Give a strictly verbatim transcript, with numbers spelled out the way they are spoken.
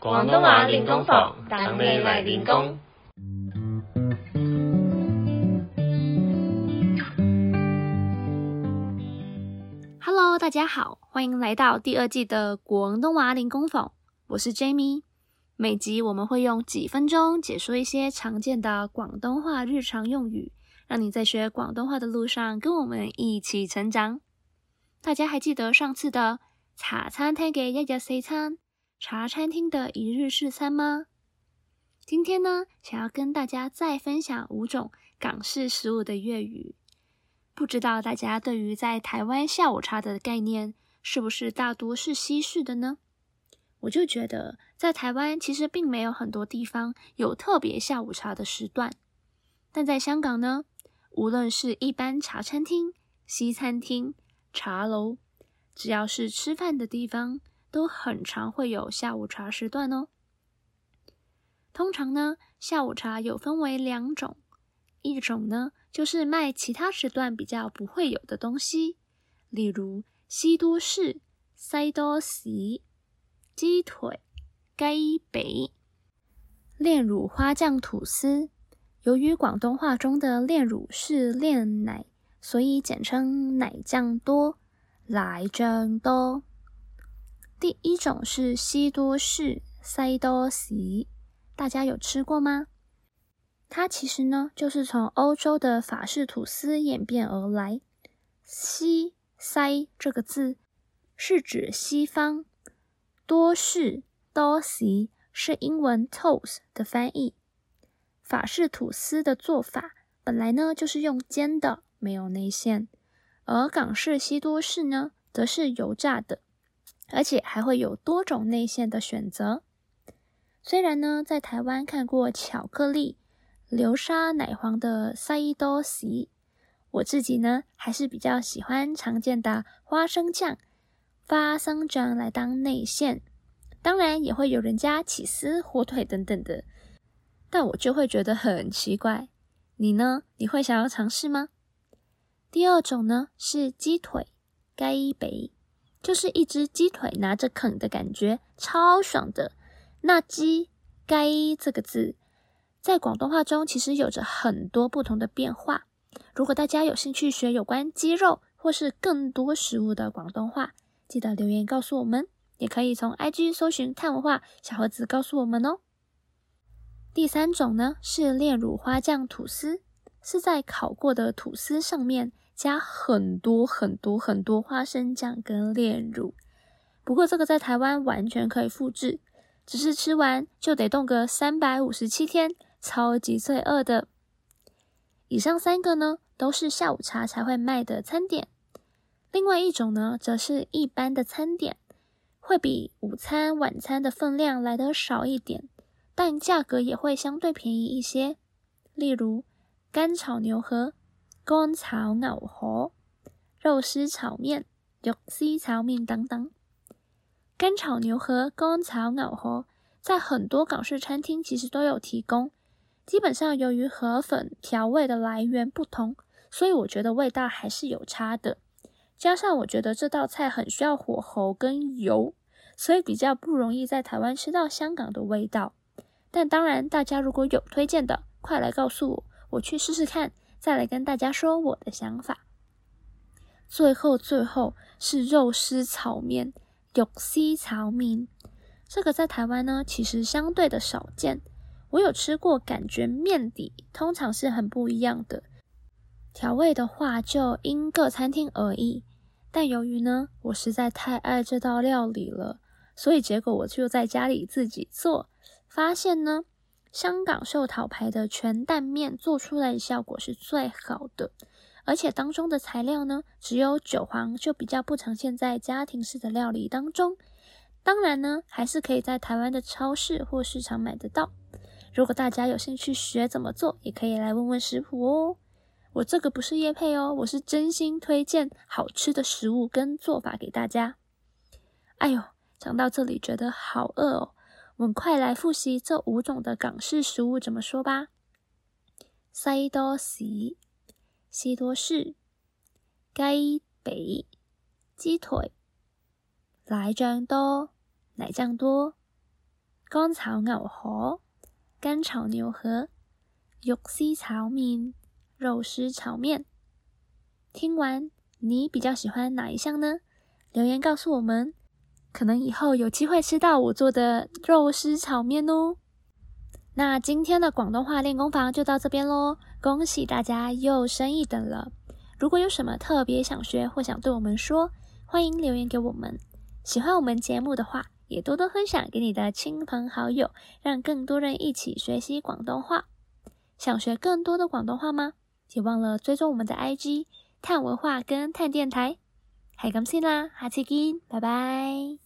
廣東話練功房，等你嚟練功。 Hello， 大家好，欢迎来到第二季的廣東話練功房，我是 Jamie。每集我们会用几分钟解说一些常見的廣東話日常用語，让你在學廣東話的路上跟我們一起成長。大家還記得上次的茶餐廳嘅一日四餐，茶餐廳的一日四餐嗎？今天呢，想要跟大家再分享五種港式食物的粵語。不知道大家對於在台灣下午茶的概念，是不是大多是西式的呢？我就覺得在台灣其實並沒有很多地方有特別下午茶的時段，但在香港呢，無論是一般茶餐廳、西餐廳、茶樓，只要是吃飯的地方，都很常會有下午茶時段哦。通常呢，下午茶有分為兩種，一種呢，就是賣其他時段比較不會有的東西，例如西多士、西多士、雞腿、雞髀、煉乳花醬吐司。由於廣東話中的煉乳是煉奶，所以簡稱奶醬多、奶醬多。第一種是西多士、西多士，大家有吃過嗎？它其實呢，就是從歐洲的法式吐司演變而來。西西這個字是指西方，多士多士是英文 toast 的翻譯。法式吐司的做法本來呢就是用煎的，沒有內餡，而港式西多士呢則是油炸的，而且還會有多種內餡的選擇。雖然呢在台灣看過巧克力、流沙奶黃的西多士，我自己呢還是比較喜歡常見的花生醬、花生醬來當內餡，當然也會有人加起司、火腿等等的，但我就會覺得很奇怪。你呢？你會想要嘗試嗎？第二種呢是雞腿、雞髀，就是一隻雞腿拿着啃的感覺，超爽的。那雞、雞這個字在廣東話中其實有着很多不同的變化。如果大家有興趣學有關雞肉或是更多食物的廣東話，記得留言告訴我們，也可以從 I G 搜尋碳文化小盒子告訴我們哦。第三種呢是煉乳花醬吐司，是在烤過的吐司上面加很多很多很多花生醬跟煉乳。不過這個在台灣完全可以複製，只是吃完就得凍個三百五十七天，超級罪惡的。以上三個呢都是下午茶才會賣的餐點，另外一種呢則是一般的餐點，會比午餐晚餐的分量來得少一點，但價格也會相對便宜一些。例如乾炒牛河、乾炒牛河、肉絲炒麵、肉絲炒麵等等。乾炒牛河、乾炒牛河在很多港式餐廳其實都有提供，基本上由於河粉調味的來源不同，所以我覺得味道還是有差的。加上我覺得這道菜很需要火候跟油，所以比較不容易在台灣吃到香港的味道。但當然大家如果有推薦的，快來告訴我，我去試試看，再來跟大家說我的想法。最後最後是肉絲炒麵，肉絲炒麵，這個在台灣呢其實相對的少見。我有吃過，感覺麵底通常是很不一樣的，調味的話就因各餐廳而異。但由於呢我實在太愛這道料理了，所以結果我就在家裡自己做，發現呢香港壽桃牌的全蛋麵做出來的效果是最好的，而且當中的材料呢只有韭黃，就比較不常見在家庭式的料理當中。當然呢還是可以在台灣的超市或市場買得到。如果大家有興趣學怎麼做，也可以來問問食譜哦。我這個不是業配哦，我是真心推薦好吃的食物跟做法給大家。哎呦，講到這裡覺得好餓哦，我們快來複習這五種的港式食物怎麼說吧。西多士、西多士、雞髀、雞腿、奶醬多、奶醬多、 乾炒牛河、乾炒牛河、肉絲炒麵、肉絲炒麵。聽完，你比較喜歡哪一項呢？留言告訴我們，可能以後有機會吃到我做的肉絲炒麵哦。那今天的廣東話練功房就到這邊咯，恭喜大家又升一等了。如果有什麼特別想學或想對我們說，歡迎留言給我們。喜歡我們節目的話，也多多分享給你的親朋好友，讓更多人一起學習廣東話。想學更多的廣東話嗎？別忘了追蹤我們的 I G 探文化跟探電台。係咁先啦，下次見，拜拜。